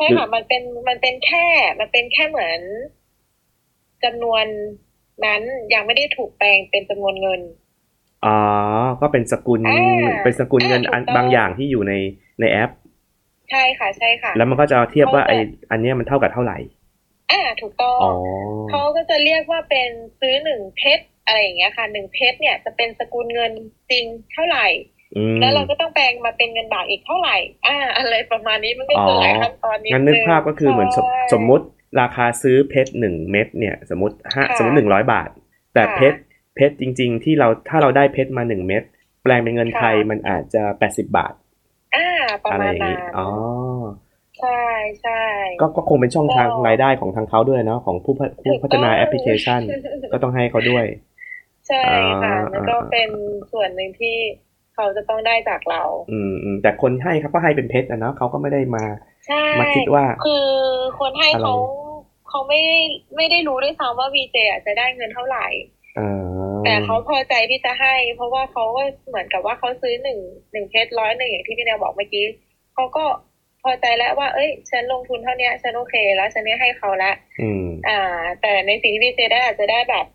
ช่หรือค่ะมันเป็นแค่เหมือนจำนวนนั้นยังไม่ได้ถูกแปลงเป็นจำนวนเงินอ๋อก็เป็นสกุลอ่าเป็นสกุลเงินถูอันบางกต้องอย่างที่อยู่ในแอปใช่ค่ะใช่ค่ะแล้วมันก็จะเทียบเขาจะว่าไออันเนี้ยมันเท่ากับเท่าไหร่ถูกต้องอ๋อเขาก็จะเรียกว่าเป็นซื้อ1 เพชรอะไรอย่างเงี้ยค่ะ1 เพชรเนี่ยจะเป็นสกุลเงินจริงเท่าไหร่อืแล้วมเราก็ต้องแปลงมาเป็นเงินบาทอีกเท่าไหร่อะไรประมาณนี้มันก็อ๋อจะหลายขั้นตอนนิดงั้นนึกนึงภาพก็คือใช่เหมือนสมมุติราคาซื้อเพชร1 เม็ดเนี่ยสมมุติค่ะ 100 บาทแต่ค่ะเพชรจริงๆที่เราถ้าเราได้เพชรมา1 เม็ดแปลงเป็นเงินไทค่ะยมันอาจจะ80 บาทอ่าประอะไรมาณอย่างนี้นั้นอ๋อใช่ใช่ก็คงเป็นช่องก็ทางรายได้ของทางเขาด้วยเนาะของผู้ถูกต้องพัฒนาแอปพลิเคชันก็ต้องให้เขาด้วยใช่อ๋อค่ะมันก็อ่าเป็นส่วนหนึ่งที่เขาจะต้องได้จากเราแต่คนให้เขาก็ให้เป็นเพชรอะเนาะเขาก็ไม่ได้มาใช่มาคิดว่าคือคนให้อะไรเขาไม่ได้รู้ด้วยซ้ำว่าวีเจอ่ะจะได้เงินเท่าไหร่เออแต่เขาพอใจที่จะให้เพราะว่าเขาก็เหมือนกับว่าเขาซื้อหนึ่งเพชร101อย่างที่พี่แนวบอกเมื่อกี้เขาก็พอใจแล้วว่าเอ้ยฉันลงทุนเท่าเนี้ยฉันโอเคแล้วฉันได้ให้เขาแล้วอืมแต่ในสิ่งที่วีเจได้อาจจะได้แบบ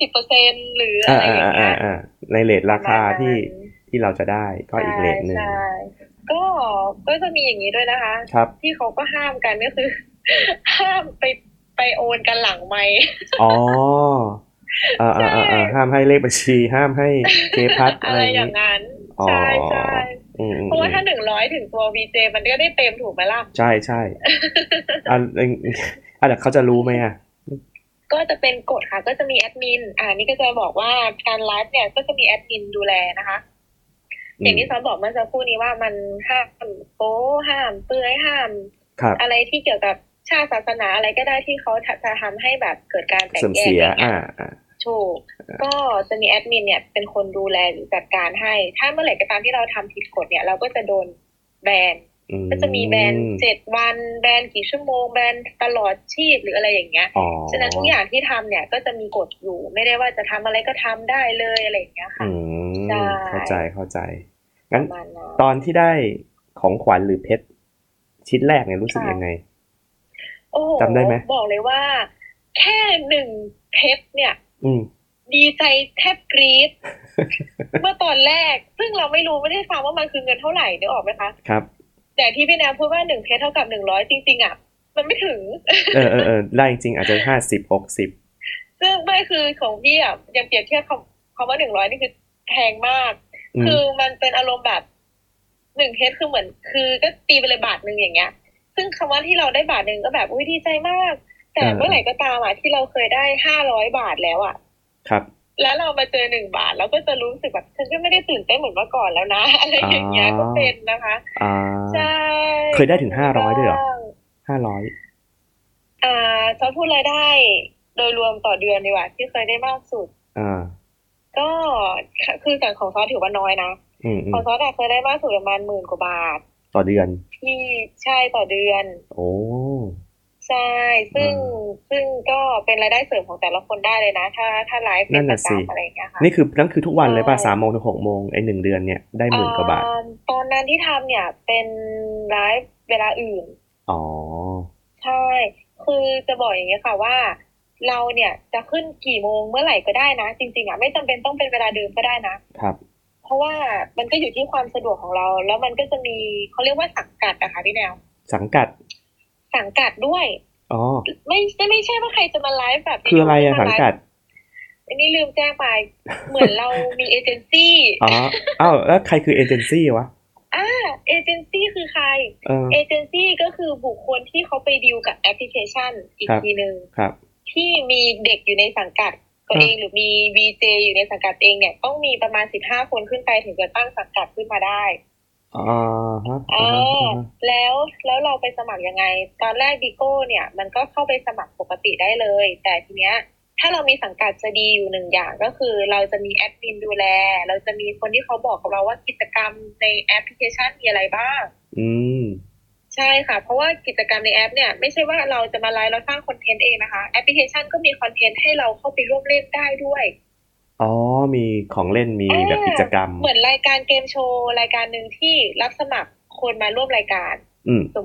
50%หรืออะไรอย่างเงี้ยในเรทราคาประมาณนั้ที่นที่เราจะได้ก็ใช่อีกเรทหนึ่งใช่ก็ก็จะมีอย่างนี้ด้วยนะคะครับที่เขาก็ห้ามกันก็คือห้ามไปโอนกันหลังไมค์อ๋อใช่ห้ามให้เลขบัญชีห้ามให้เคพัทอะไรอะไรอย่างนี้อย่างนั้นอ๋อใช่ใช่อืเพราะว่ามถ้า100ถึงตัววีเจมันก็ได้เต็มถูกไหมล่ะใช่ใช่อ่ะแต่เขาจะรู้ไหมอ่ะก็จะเป็นกฎค่ะก็จะมีแอดมินนี่ก็จะบอกว่าการไลฟ์เนี่ยก็จะมีแอดมินดูแลนะคะอืมอย่างที่ซอบอกเมื่อสักครู่นี้ว่ามันห้ามโป๊ห้ามเปลือยห้ามครับอะไรที่เกี่ยวกับชาติศาสนาอะไรก็ได้ที่เขาจะทำให้แบบเกิดการแตกแยกเสื่อมเสียอย่างเงี้ยอ่าถูกก็จะมีแอดมินเนี่ยเป็นคนดูแลหรือจัดการให้ถ้าเมื่อไหร่ก็ตามที่เราทำผิดกฎเนี่ยเราก็จะโดนแบนอืก็จะมีแบนม 7 วันแบนกี่ชั่วโมงแบนตลอดชีพหรืออะไรอย่างเงี้ยอ๋อฉะนั้นทุกอย่างที่ทำเนี่ยก็จะมีกฎอยู่ไม่ได้ว่าจะทำอะไรก็ทำได้เลยอะไรอย่างเงี้ยอืค่ะใช่เข้าใจงั้นประมาณนั้นตอนที่ได้ของขวัญหรือเพชรชิ้นแรกเนี่ยรู้สึกยังไงค่ะโอ้โหจำได้ไหมบอกเลยว่าแค่1 เพชรเนี่ยอืมดีใจแทบกรี๊ด เมื่อตอนแรกซึ่งเราไม่รู้ไม่ได้ฟังว่ามันคือเงินเท่าไหร่นึกออกไหมคะครับแต่ที่พี่แนวพูดว่า1 เพชรเท่ากับ100จริงๆอ่ะมันไม่ถึงได้จริงๆอาจจะ50 60 ซึ่งไม่คือของพี่อ่ะยังเปรียบเทียบคำว่า100นี่คือแพงมากอืมคือมันเป็นอารมณ์แบบ1 เพชรคือเหมือนคือก็ตีไปเลย1 บาทอย่างเงี้ยซึ่งคำว่าที่เราได้1 บาทก็แบบอุ้ยดีใจมากแต่เมื่อไหร่อ่าก็ตามอ่ะที่เราเคยได้500 บาทแล้วอ่ะครับแล้วเรามาเจอ1 บาทเราก็จะรู้สึกแบบฉันก็ไม่ได้ตื่นเต้นเหมือนเมื่อก่อนแล้วนะอะไรอ๋อย่างเงี้ยก็อเป็นนะคะอ่ใช่าเคยได้ก็ถึงมีบ้า 500ด้วยเหรอง 500 จะพูดรายได้โดยรวมต่อเดือนดีกว่าที่เคยได้มากสุดอ่าก็คือแต่ของซอสถือว่าน้อยนะของซอสอะเคยได้มากสุดประมาณ10,000 กว่าบาทต่อเดือนที่ใช่ต่อเดือนโอ้ใช่ซึ่งอ่าซึ่งก็เป็นรายได้เสริมของแต่ละคนได้เลยนะถ้าไลฟ์เป็นนั่นน่ะสิประจำอะไรอย่างเงี้ยค่ะนั่นคือทุกวันใช่เลยป่ะ3 โมงถึง6 โมงไอ้1 เดือนเนี่ยได้อ่ 10,000 กว่าบาทตอนนั้นที่ทำเนี่ยเป็นไลฟ์เวลาอื่นอ๋อใช่คือจะบอกอย่างเงี้ยค่ะว่าเราเนี่ยจะขึ้นกี่โมงเมื่อไหร่ก็ได้นะจริงๆอ่ะไม่จำเป็นต้องเป็นเวลาเดิมก็ได้นะครับเพราะว่ามันก็อยู่ที่ความสะดวกของเราแล้วมันก็จะมีเขาเรียกว่าสังกัดอะค่ะพี่แนวสังกัดสังกัดด้วยอ๋อไม่ใช่ว่าใครจะมาไลฟ์แบบคืออะไรอยู่ๆก็มาไลฟ์อะสังกัดอันนี้ลืมแจ้งไปเหมือนเรามีเอเจนซี่อ๋ออ้าวแล้วใครคือเอเจนซี่วะอ่าเอเจนซี่คือใครเออเอเจนซี่ก็คือบุคคลที่เขาไปดีลกับแอปพลิเคชันอีครับกทีหนึ่งครับที่มีเด็กอยู่ในสังกัดตัวเองหรือมีวีเจอยู่ในสังกัดเองเนี่ยต้องมีประมาณ15 คนขึ้นไปถึงจะตั้งสังกัดขึ้นมาได้อ่าฮะอ่าแล้วเราไปสมัครยังไงตอนแรกบิโก้เนี่ยมันก็เข้าไปสมัครปกติได้เลยแต่ทีเนี้ยถ้าเรามีสังกัดจะดีอยู่1 อย่างก็คือเราจะมีแอดมินดูแลเราจะมีคนที่เขาบอกกับเราว่ากิจกรรมในแอปพลิเคชันมีอะไรบ้างอืมใช่ค่ะเพราะว่ากิจกรรมในแอปเนี่ยไม่ใช่ว่าเราจะมาไลฟ์แล้วสร้างคอนเทนต์เองนะคะแอปพลิเคชันก็มีคอนเทนต์ให้เราเข้าไปร่วมเล่นได้ด้วยอ๋อมีของเล่นมีอ่าแบบกิจกรรมเหมือนรายการเกมโชว์รายการหนึ่งที่รับสมัครคนมาร่วมรายการอืมสมมติ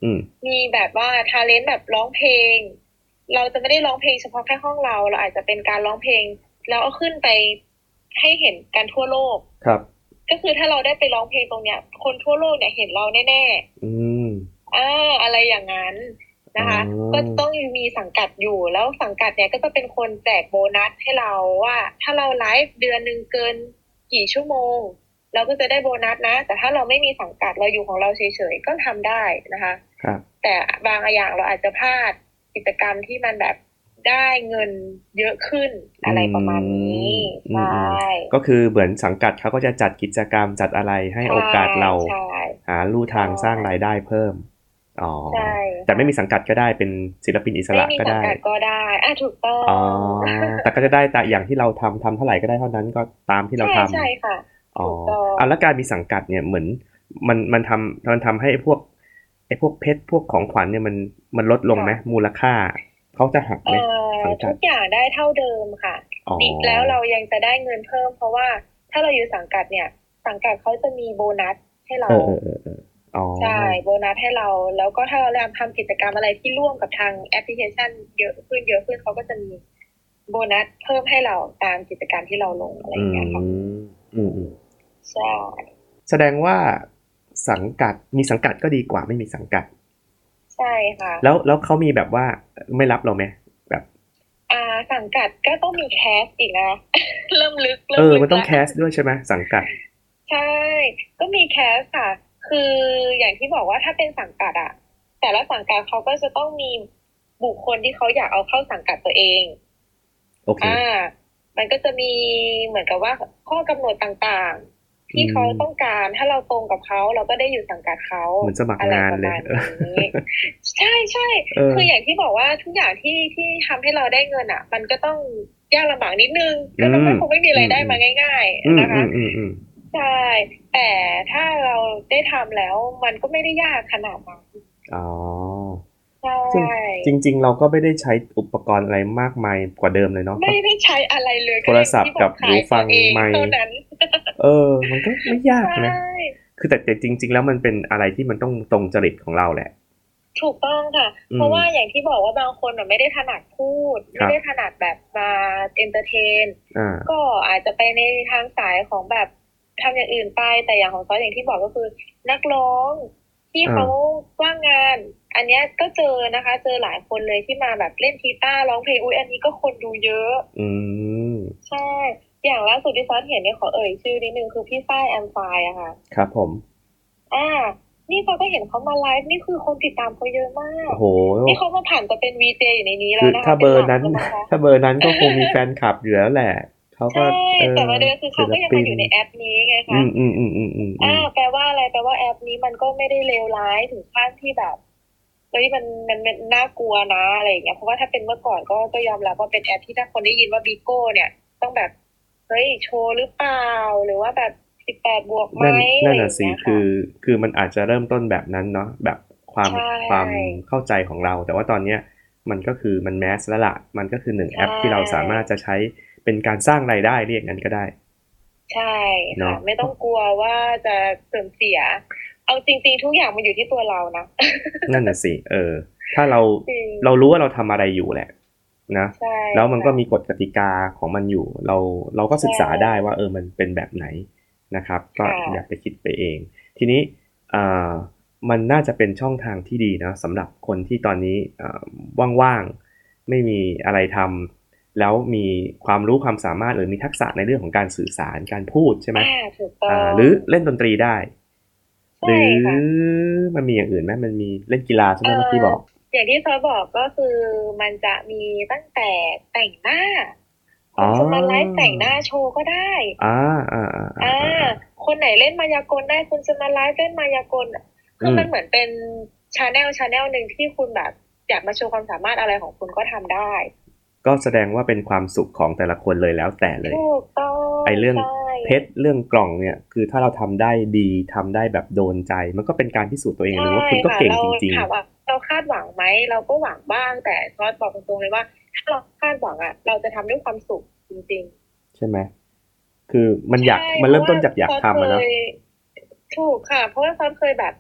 อืมมีแบบว่าทาเลนต์แบบร้องเพลงเราจะไม่ได้ร้องเพลงเฉพาะแค่ห้องเราอาจจะเป็นการร้องเพลงแล้วเอาขึ้นไปให้เห็นกันทั่วโลกครับก็คือถ้าเราได้ไปร้องเพลงตรงเนี้ยคนทั่วโลกเนี่ยเห็นเราแน่อืมๆอะไรอย่างนั้นอ๋นะคะก็อต้องมีสังกัดอยู่แล้วสังกัดเนี่ยก็จะเป็นคนแจกโบนัสให้เราว่าถ้าเราไลฟ์เดือนหนึ่งเกินกี่ชั่วโมงเราก็จะได้โบนัสนะแต่ถ้าเราไม่มีสังกัดเราอยู่ของเราเฉยๆก็ทำได้นะคะครับแต่บางอย่างเราอาจจะพลาดกิจกรรมที่มันแบบได้เงินเยอะขึ้นอือะไรประมาณนี้มใช่ก็คือเหมือนสังกัดเขาก็จะจัดกิจกรรมจัดอะไรให้ใช่โอกาสเราใช่หาลู่ใช่ทางสร้างรายได้เพิ่มอ๋อใช่แต่ไม่ค่ะมีสังกัดก็ได้เป็นศิลปินอิสไม่ระก็ได้มีสังกัดก็ได้ถูกต้ออ๋องแต่ก็จะได้แต่อย่างที่เราทำเท่าไหร่ก็ได้เท่านั้นก็ตามที่เราใช่ทใช่ค่ะำอ๋อถูกต้องแล้วการมีสังกัดเนี่ยเหมือนมันทำให้ไอ้พวกเพชรพวกของขวัญเนี่ยมันลดลงไหมค่ะมูลค่าเขาจะหักไหมสังกัดทุกอย่างได้เท่าเดิมค่ะอ๋อดิแล้วเรายังจะได้เงินเพิ่มเพราะว่าถ้าเราอยู่สังกัดเนี่ยสังกัดเขาจะมีโบนัสให้เราเอออ๋อใช่โบนัสให้เราแล้วก็ถ้าเราทำกิจกรรมอะไรที่ร่วมกับทางแอปพลิเคชันเยอะขึ้นเขาก็จะมีโบนัสเพิ่มให้เราตามกิจกรรมที่เราลงอะไรอือย่างเงี้ยค่ะมอืมใช่แสดงว่าสังกัดมีสังกัดก็ดีกว่าไม่มีสังกัดใช่ค่ะแล้วเขามีแบบว่าไม่รับเราไหมแบบสังกัดก็ต้องมีแคสอีกนะเริ่มลึกมันต้องละแคสด้วยใช่ไหมสังกัดใช่ก็มีแคสค่ะคืออย่างที่บอกว่าถ้าเป็นสังกัดอะแต่ละสังกัดเขาก็จะต้องมีบุคคลที่เขาอยากเอาเข้าสังกัดตัวเองโอเคอ่ามันก็จะมีเหมือนกับว่าข้อกำหนดต่างๆอืที่เขามต้องการถ้าเราตรงกับเขาเราก็ได้อยู่สังกัดเขาเหมือนสมัครอะไรงานเลยประมาณนี้ใช่ใช่เออคืออย่างที่บอกว่าทุกอย่างที่ทำให้เราได้เงินอ่ะมันก็ต้องยากลำบากนิดนึงก็อืต้องมคงไม่มีอือะไรได้มอืมมาง่ายอืๆนะคะมอืมอืมอืมใช่แต่ถ้าเราได้ทำแล้วมันก็ไม่ได้ยากขนาดนั้นอ๋อใชซึ่ง่จริงๆเราก็ไม่ได้ใช้อุปกรณ์อะไรมากมายกว่าเดิมเลยเนาะเพไม่ราะได้ใช้อะไรเลยโทก็อย่างรศัพท์กับที่บอกขายหูฟังตัวเองไมค์เท่านั้นมันก็ไม่ยาใชกนะ่คือแต่จริงๆแล้วมันเป็นอะไรที่มันต้องตรงจริตของเราแหละถูกต้องค่ะเพอืมราะว่าอย่างที่บอกว่าบางคนไม่ได้ถนัดพูดครับไม่ได้ถนัดแบบมาเอนเตอร์เทนอ่าก็อาจจะไปในทางสายของแบบทำอย่างอื่นไปแต่อย่างของซอสอย่างที่บอกก็คือนักร้องที่อ่าเขาว่างงานอันเนี้ยก็เจอนะคะเจอหลายคนเลยที่มาแบบเล่นกีตาร์ร้องเพลงอุ้ยอันนี้ก็คนดูเยอะอืมใช่อย่างล่าสุดที่ซอสเห็นเนี่ยขอเอ่ยชื่อนิดนึงคือพี่ฝ้ายแอมไฟร์อะค่ะครับผมอ่านี่เราก็เห็นเขามาไลฟ์นี่คือคนติดตามเขาเยอะมากโอ้โหนี่เขามาผ่านจะเป็นวีเจอยู่ในนี้คือแล้วนะคะถ้าเบอร์นั้นเป็นหลักแล้วมั้งคะถ้าเบอร์นั้นก็คงมีแฟนคลับอยู่แล้วแหละเขาก็ใช่แต่ประเด็นคือศิเขาก็ยังลปินมาอยู่ในแอปนี้ไงคะแปลว่าอะไรแปลว่าแอปนี้มันก็ไม่ได้เลวร้ายถึงขั้นที่แบบเฮ้ยมันน่ากลัวนะอะไรอย่างเงี้ยเพราะว่าถ้าเป็นเมื่อก่อนก็ยอมรับว่าเป็นแอปที่ถ้าคนได้ยินว่าบิโก้เนี่ยต้องแบบเฮ้ยโชว์หรือเปล่าหรือว่าแบบ18 บวกไหมนั่นน่ะอะไรอย่างเงี้ยค่ะสิคือมันอาจจะเริ่มต้นแบบนั้นเนาะแบบความใชความ่เข้าใจของเราแต่ว่าตอนเนี้ยมันก็คือมันแมสแล้วล่ะมันก็คือหนึ่งใชแอปที่เราสามา่รถจะใช้เป็นการสร้างรายได้เรียกงั้นก็ได้ใช่ค่ะเนาะไม่ต้องกลัวว่าจะเสื่อมเสียเอาจริงๆทุกอย่างมันอยู่ที่ตัวเรานะนั่นน่ะสิถ้าเราจริงเรารู้ว่าเราทำอะไรอยู่แหละนะใช่แล้วมันก็ค่ะมีกฎกติกาของมันอยู่เราก็ใชศึกษาได้ว่า่มันเป็นแบบไหนนะครับก็ค่ะอย่าไปคิดไปเองทีนี้อ่ามันน่าจะเป็นช่องทางที่ดีนะสำหรับคนที่ตอนนี้ว่างๆไม่มีอะไรทำแล้วมีความรู้ความสามารถหรือมีทักษะในเรื่องของการสื่อสารการพูดใช่ไหมถูกต้องหรือเล่นดนตรีได้หใช่รือค่ะมันมีอย่างอื่นไหมมันมีเล่นกีฬาใช่ไหเอ่มเมื่อกี้อบอกอย่างที่เขาบอกก็คือมันจะมีตั้งแต่แต่งหน้าคุอ๋อณจะมาไลฟ์แต่งหน้าโชว์ก็ได้อาอาอ่าๆๆๆๆคนไหนเล่นมายากลได้คุณจะมาไลฟ์เล่นมายากลคืออืมมันเหมือนเป็นชาแนลหนึ่งที่คุณแบบอยากมาโชว์ความสามารถอะไรของคุณก็ทำได้ก็แสดงว่าเป็นความสุขของแต่ละคนเลยแล้วแต่เลยถูกต้องไอ้เรื่องใช่เพชรเรื่องกล่องเนี่ยคือถ้าเราทำได้ดีทำได้แบบโดนใจมันก็เป็นการพิสูจน์ตัวเองอย่างหใช่นึ่งว่าคุณก็เก่งค่ะเราจริงถามว่าเราคาดหวังไหมเราก็หวังบ้างแต่ซอสบอกตรงๆเลยว่าถ้าเราคาดหวังอ่ะเราจะทำด้วยความสุขจริงๆใช่ไหมคือมันๆใช่อยากมันเพราะว่าเริ่มต้นจากอยากซอสเคทำอะเนาะยถูกค่ะเพราะว่าซอสเคยแบบ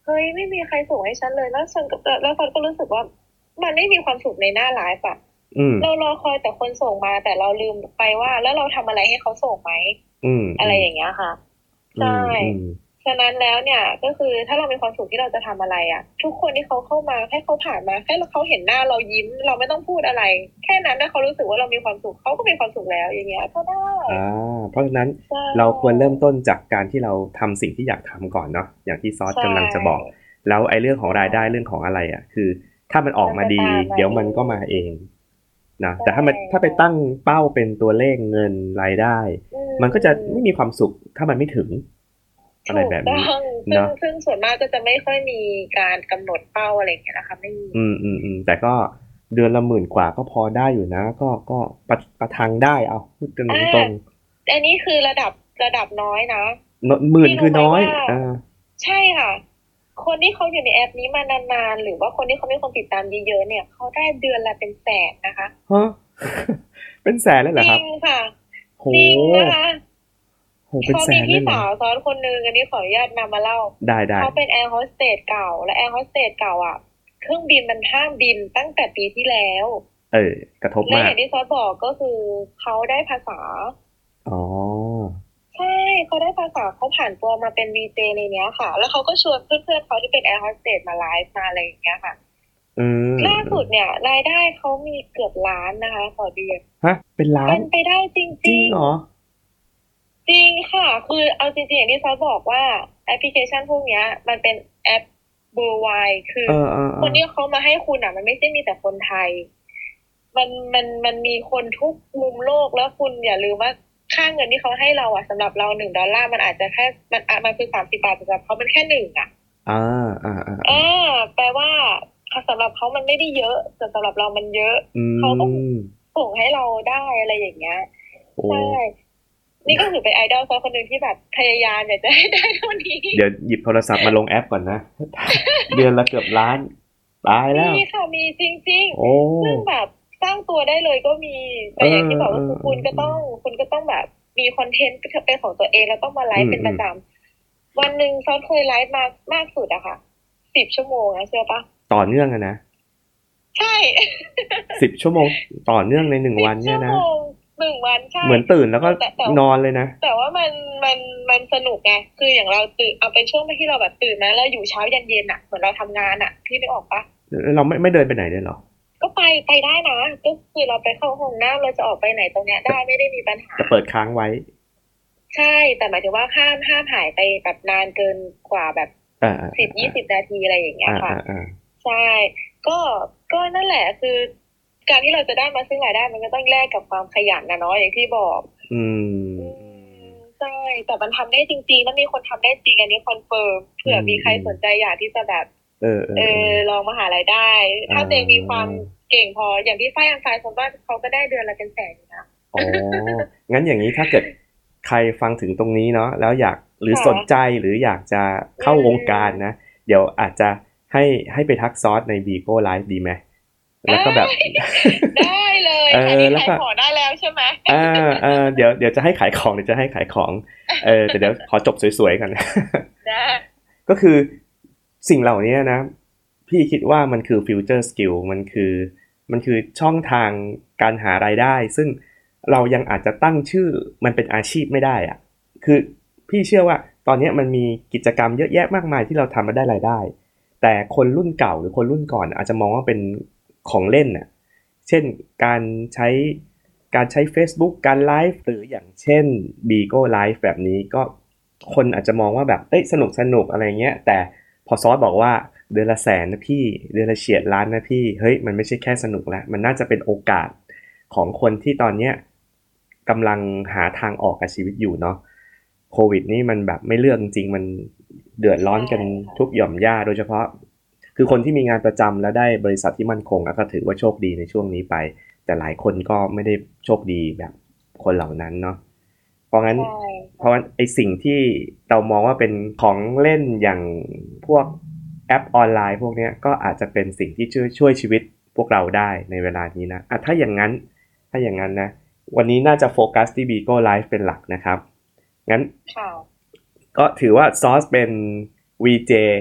เฮ้ยไม่มีใครส่งให้ฉันเลยแล้วฉันก็รู้สึกว่ามันไม่มีความสุขในหน้าไลฟ์อะอืมเรารอคอยแต่คนส่งมาแต่เราลืมไปว่าแล้วเราทำอะไรให้เขาส่งไหมอะไรอย่างเงี้ยค่ะใช่ฉะนั้นแล้วเนี่ยก็คือถ้าเรามีความสุขที่เราจะทำอะไรอ่ะทุกคนที่เขาเข้ามาแค่เขาผ่านมาแค่เขาเห็นหน้าเรายิ้มเราไม่ต้องพูดอะไรแค่นั้นถ้าเขารู้สึกว่าเรามีความสุขเขาก็มีความสุขแล้วอย่างเงี้ยก็ได้เพราะฉะนั้นเราควรเริ่มต้นจากการที่เราทำสิ่งที่อยากทำก่อนเนาะอย่างที่ซอสกำลังจะบอกแล้วไอ้เรื่องของรายได้เรื่องของอะไรอ่ะคือถ้ามันออกมาดีเดี๋ยวมันก็มาเองนะแต่ถ้าไปตั้งเป้าเป็นตัวเลขเงินรายได้มันก็จะไม่มีความสุขถ้ามันไม่ถึงอะไรแบบนี้เนาะซึ่งส่วนมากก็จะไม่ค่อยมีการกำหนดเป้าอะไรอย่างเงี้ยนะคะไม่มีแต่ก็เดือนละ10,000 กว่าก็พอได้อยู่นะก็ประทังได้เอาพูดกันตรงๆอันนี้คือระดับน้อยนะ 10,000คือน้อยใช่ค่ะคนที่เขาอยู่ในแอปนี้มานานๆหรือว่าคนที่เขามีคนติดตามเยอะๆเนี่ยเขาได้เดือนละเป็นแสนนะคะฮะเป็นแสนเลยเหรอครับจริงค่ะจริงนะคะเขามีพี่สาวซ้อนคนนึงอันนี้ขออนุญาตนำมาเล่าได้เขาเป็นแอร์โฮสเตสเก่าและแอร์โฮสเตสเก่าอ่ะเครื่องบินมันห้ามบินตั้งแต่ปีที่แล้วกระทบมากและอย่างที่ซอสบอกก็คือเขาได้ภาษาอ๋อใช่เขาได้ภาษาเขาผ่านตัวมาเป็นวีเจในเนี้ยค่ะแล้วเขาก็ชวนเพื่อนๆเขาที่เป็นแอร์โฮสเตสมาไลฟ์มาอะไรอย่างเงี้ยค่ะล่าสุดเนี่ยรายได้เขามีเกือบล้านนะคะต่อเดือนฮะเป็นล้านเป็นไปได้จริงจริงเหรอจริงค่ะคือเอาจริงๆอย่างที่ซอสบอกว่าแอปพลิเคชันพวกนี้มันเป็นแอปเบอร์ไวคือคนที่เขามาให้คุณอ่ะมันไม่ใช่มีแต่คนไทยมันมีคนทุกมุมโลกแล้วคุณอย่าลืมว่าค่าเงินที่เขาให้เราอ่ะสำหรับเรา$1มันอาจจะแค่มันคือ30 บาทสำหรับเขามันแค่1อ่ะแปลว่าสำหรับเขามันไม่ได้เยอะแต่สำหรับเรามันเยอะเขาต้องส่งให้เราได้อะไรอย่างเงี้ยใช่นี่ก็ถือเป็นไอดอลคนหนึ่งที่แบบพยายามอยากจะให้ได้เท่านี้เดี๋ยวหยิบโทรศัพท์มาลงแอปก่อนนะเดือนละเกือบล้านตายแล้วมีค่ะมีจริงๆซึ่งแบบสร้างตัวได้เลยก็มีแต่อย่างที่บอกว่าคุณก็ต้องแบบมีคอนเทนต์เป็นของตัวเองแล้วต้องมาไลฟ์เป็นประจำวันหนึ่งซอสเคยไลฟ์มากสุดอะค่ะ10 ชั่วโมงนะเชื่อปะต่อเนื่องอะนะใช่ 10 ชั่วโมงต่อเนื่องใน1 วันเนี่ยนะ 1 วันใช่เหมือนตื่นแล้วก็นอนเลยนะแต่ว่ามันสนุกไงคืออย่างเราตื่นเอาเป็นช่วงที่เราแบบตื่นนะแล้วอยู่เช้ายันเย็นอะเหมือนเราทำงานอะพี่ไม่ออกปะเราไม่เดินไปไหนเลยหรอก็ไปได้นะก็คือเราไปเข้าห้องน้ำเราจะออกไปไหนตรงเนี้ยได้ไม่ได้มีปัญหาจะเปิดค้างไว้ใช่แต่หมายถึงว่าห้ามหายไปแบบนานเกินกว่าแบบ10-20 นาทีอะไรอย่างเงี้ยค่ะใช่ก็นั่นแหละคือการที่เราจะได้มาซึ่งรายได้มันก็ต้องแลกกับความขยันนะเนาะอย่างที่บอกใช่แต่มันทำได้จริงๆแล้วมีคนทำได้จริงอันนี้คอนเฟิร์มเผื่อมีใครสนใจอยากที่จะแบบลองมาหารายได้ถ้าตัวเองมีความเก่งพออย่างที่ฝ้ายอันไฟคนว่าเขาก็ได้เดือนละเป็นแสนนะอ๋องั้นอย่างนี้ถ้าเกิดใครฟังถึงตรงนี้เนาะแล้วอยากหรือสนใจหรืออยากจะเข้าวงการนะเดี๋ยวอาจจะให้ไปทักซอสใน Bigo Live ดีไหมแล้วก็แบบได้เลยอันนี้ขายของได้แล้วใช่ไหมเดี๋ยวจะให้ขายของเดี๋ยวจะให้ขายของแต่เดี๋ยวขอจบสวยๆก่อนก็คือสิ่งเหล่านี้นะพี่คิดว่ามันคือ future skill มันคือช่องทางการหารายได้ซึ่งเรายังอาจจะตั้งชื่อมันเป็นอาชีพไม่ได้อะคือพี่เชื่อว่าตอนนี้มันมีกิจกรรมเยอะแยะมากมายที่เราทำมาได้รายได้แต่คนรุ่นเก่าหรือคนรุ่นก่อนอาจจะมองว่าเป็นของเล่นน่ะเช่นการใช้ Facebook การไลฟ์หรืออย่างเช่น Bigo Live แบบนี้ก็คนอาจจะมองว่าแบบสนุกอะไรเงี้ยแต่พอซอสบอกว่าเดือนละแสนนะพี่เดือนละเฉียดล้านนะพี่เฮ้ยมันไม่ใช่แค่สนุกแล้วมันน่าจะเป็นโอกาสของคนที่ตอนเนี้ยกำลังหาทางออกกับชีวิตอยู่เนาะโควิดนี่มันแบบไม่เลือกจริงๆมันเดือดร้อนกันทุกหย่อมย่าโดยเฉพาะคือคนที่มีงานประจำแล้วได้บริษัทที่มั่นคงก็ถือว่าโชคดีในช่วงนี้ไปแต่หลายคนก็ไม่ได้โชคดีแบบคนเหล่านั้นเนาะเพราะงั้นไอสิ่งที่เรามองว่าเป็นของเล่นอย่างพวกแอปออนไลน์พวกนี้ก็อาจจะเป็นสิ่งที่ช่วยชีวิตพวกเราได้ในเวลานี้นะถ้าอย่างนั้นนะวันนี้น่าจะโฟกัสที่ Bigo Live เป็นหลักนะครับงั้นก็ถือว่าซอสเป็น VJ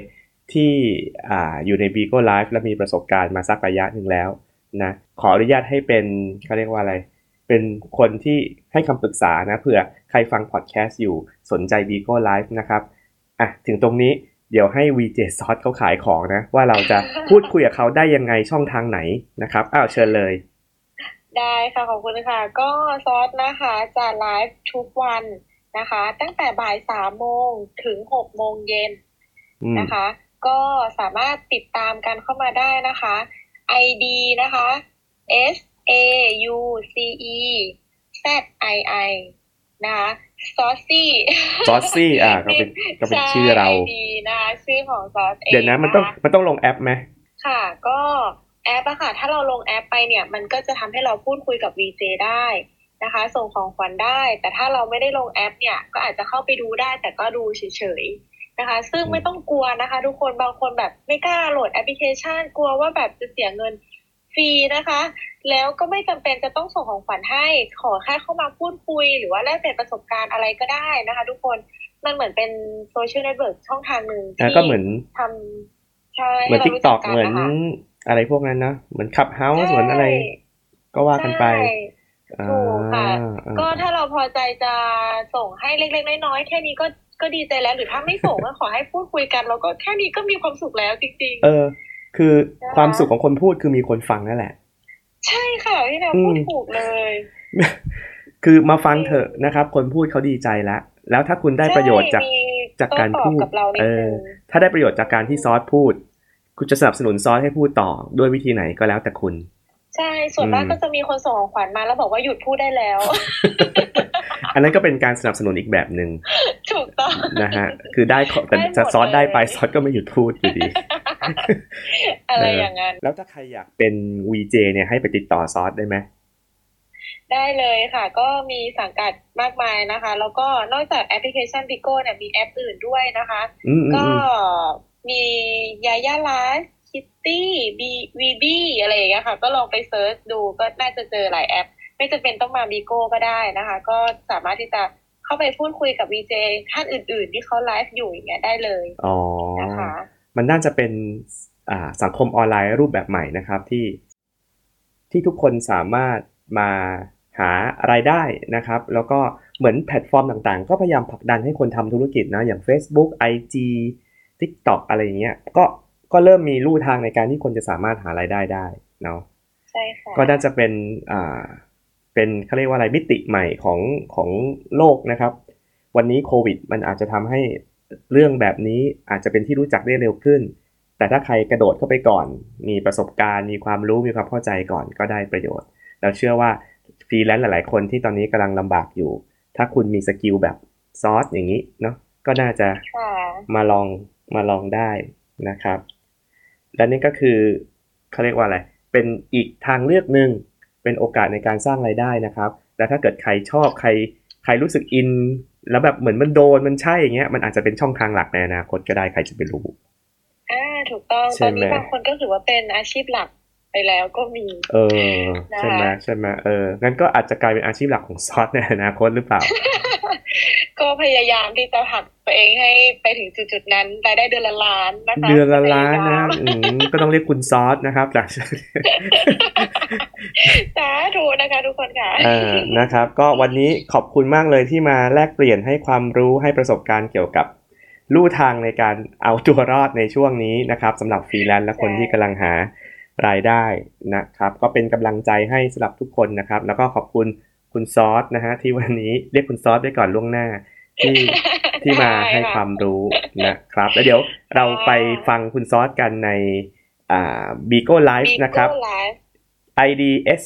ที่อยู่ใน Bigo Live และมีประสบการณ์มาสักระยะหนึ่งแล้วนะขออนุญาตให้เป็นเขาเรียกว่าอะไรเป็นคนที่ให้คำปรึกษานะเผื่อใครฟังพอดแคสต์อยู่สนใจ Bigo Live นะครับถึงตรงนี้เดี๋ยวให้ VJ ซอสเขาขายของนะว่าเราจะพูดคุยกับเขาได้ยังไงช่องทางไหนนะครับเชิญเลยได้ค่ะขอบคุณค่ะก็ซอสนะคะจะไลฟ์ทุกวันนะคะตั้งแต่บ่าย3 โมงถึง6 โมงเย็นนะคะก็สามารถติดตามกันเข้ามาได้นะคะ ID นะคะ SAUCE ZII นะคะSaucy ก็เป็นชื่อเรา ID นะคะชื่อของซอสเองเดี๋ยวนะมันต้องลงแอปไหมค่ะก็แอปอะค่ะถ้าเราลงแอปไปเนี่ยมันก็จะทำให้เราพูดคุยกับ VJ ได้นะคะส่งของขวัญได้แต่ถ้าเราไม่ได้ลงแอปเนี่ยก็อาจจะเข้าไปดูได้แต่ก็ดูเฉยๆนะคะซึ่งไม่ต้องกลัวนะคะทุกคนบางคนแบบไม่กล้าโหลดแอปพลิเคชันกลัวว่าแบบจะเสียเงินฟรีนะคะแล้วก็ไม่จำเป็นจะต้องส่งของขวัญให้ขอแค่เข้ามาพูดคุยหรือว่าแลกเปลี่ยนประสบการณ์อะไรก็ได้นะคะทุกคนมันเหมือนเป็นโซเชียลเน็ตเวิร์กช่องทางหนึ่งที่ก็เหมือนทำใช่เหมือน TikTok เหมือนอะไรพวกนั้นนะเหมือน Clubhouse เหมือนอะไรก็ว่ากันไปถูกค่ะก็ถ้าเราพอใจจะส่งให้เล็กๆน้อยๆแค่นี้ก็ดีใจแล้วหรือถ้าไม่ส่งก็ขอให้พูดคุยกันเราก็แค่นี้ก็มีความสุขแล้วจริงๆคือความสุขของคนพูดคือมีคนฟังนั่นแหละใช่ค่ะพี่นาพูดถูกเลยคือมาฟังเถอะนะครับคนพูดเขาดีใจแล้วถ้าคุณได้ประโยชน์จากการพูดถ้าได้ประโยชน์จากการที่ซอสพูดคุณจะสนับสนุนซอสให้พูดต่อด้วยวิธีไหนก็แล้วแต่คุณใช่ส่วนมากก็จะมีคนส่งของขวัญมาแล้วบอกว่าหยุดพูดได้แล้วอันนั้นก็เป็นการสนับสนุนอีกแบบนึงถูกต้องนะฮะคือได้แต่จะซอสได้ไปซอสก็ไม่หยุดพูดอยู่ดีอะไรอย่างนั้นแล้วถ้าใครอยากเป็น VJ เนี่ยให้ไปติดต่อซอสได้ไหมได้เลยค่ะก็มีสังกัดมากมายนะคะแล้วก็นอกจากแอปพลิเคชัน Bigo เนี่ยมีแอปอื่นด้วยนะคะก็มียาย่าไลฟ์คิตตี้วีบี้อะไรอย่างเงี้ยค่ะก็ลองไปเซิร์ชดูก็น่าจะเจอหลายแอปไม่จำเป็นต้องมา Bigo ก็ได้นะคะก็สามารถที่จะเข้าไปพูดคุยกับ VJ ท่านอื่นๆที่เขาไลฟ์อยู่อย่างเงี้ยได้เลยนะคะมันน่าจะเป็นสังคมออนไลน์รูปแบบใหม่นะครับที่ทุกคนสามารถมาหารายได้นะครับแล้วก็เหมือนแพลตฟอร์มต่างๆก็พยายามผลักดันให้คนทำธุรกิจนะอย่าง Facebook IG TikTok อะไรอย่างเงี้ยก็เริ่มมีลู่ทางในการที่คนจะสามารถหารายได้ได้เนาะใช่ค่ะก็น่าจะเป็นเขาเรียกว่าอะไรมิติใหม่ของโลกนะครับวันนี้โควิดมันอาจจะทำให้เรื่องแบบนี้อาจจะเป็นที่รู้จักได้เร็วขึ้นแต่ถ้าใครกระโดดเข้าไปก่อนมีประสบการณ์มีความรู้มีความเข้าใจก่อนก็ได้ประโยชน์เราเชื่อว่าฟรีแลนซ์หลายๆคนที่ตอนนี้กำลังลำบากอยู่ถ้าคุณมีสกิลแบบซอสอย่างนี้เนาะก็น่าจะมาลองได้นะครับและนี่ก็คือเขาเรียกว่าอะไรเป็นอีกทางเลือกนึงเป็นโอกาสในการสร้างรายได้นะครับแล้วถ้าเกิดใครชอบใครรู้สึกอินแล้วแบบเหมือนมันโดนมันใช่อย่างเงี้ยมันอาจจะเป็นช่องทางหลักในอนาคตก็ได้ใครจะไปรู้ถูกต้องตอนนี้บางคนก็ถือว่าเป็นอาชีพหลักไปแล้วก็มีใช่ไหมงั้นก็อาจจะกลายเป็นอาชีพหลักของซอสในอนาคตหรือเปล่าก็พยายามที่จะหักตัวเองให้ไปถึงจุดๆนั้นรายได้เดือนละล้านนะคะเดือนละล้านนะก็ต้องเรียกคุณซอสนะครับหลังสาธุนะคะทุกคนค่ะนะครับก็วันนี้ขอบคุณมากเลยที่มาแลกเปลี่ยนให้ความรู้ให้ประสบการณ์เกี่ยวกับลู่ทางในการเอาตัวรอดในช่วงนี้นะครับสำหรับฟรีแลนซ์และคนที่กำลังหารายได้นะครับก็เป็นกำลังใจให้สำหรับทุกคนนะครับแล้วก็ขอบคุณคุณซอสนะฮะที่วันนี้เรียกคุณซอสไว้ก่อนล่วงหน้าที่มาให้ความรู้นะครับแล้วเดี๋ยวเราไปฟังคุณซอสกันในBigo Live นะครับ ID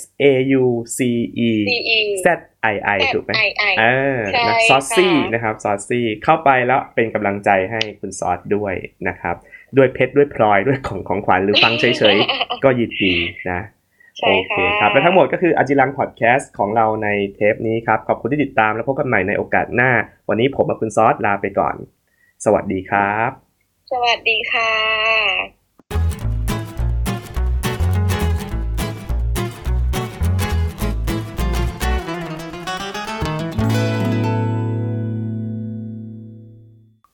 SAUCE ZII ถูกไหมซอสซี่นะครับซอสซี่เข้าไปแล้วเป็นกำลังใจให้คุณซอสด้วยนะครับด้วยเพชรด้วยพลอยด้วยของขวัญหรือฟังเฉยๆก็ยินดีนะโอเคครับและทั้งหมดก็คืออาจิรังพอดแคสต์ของเราในเทปนี้ครับขอบคุณที่ติดตามแล้วพบกันใหม่ในโอกาสหน้าวันนี้ผมกับคุณซอสลาไปก่อนสวัสดีครับสวัสดีค่ะ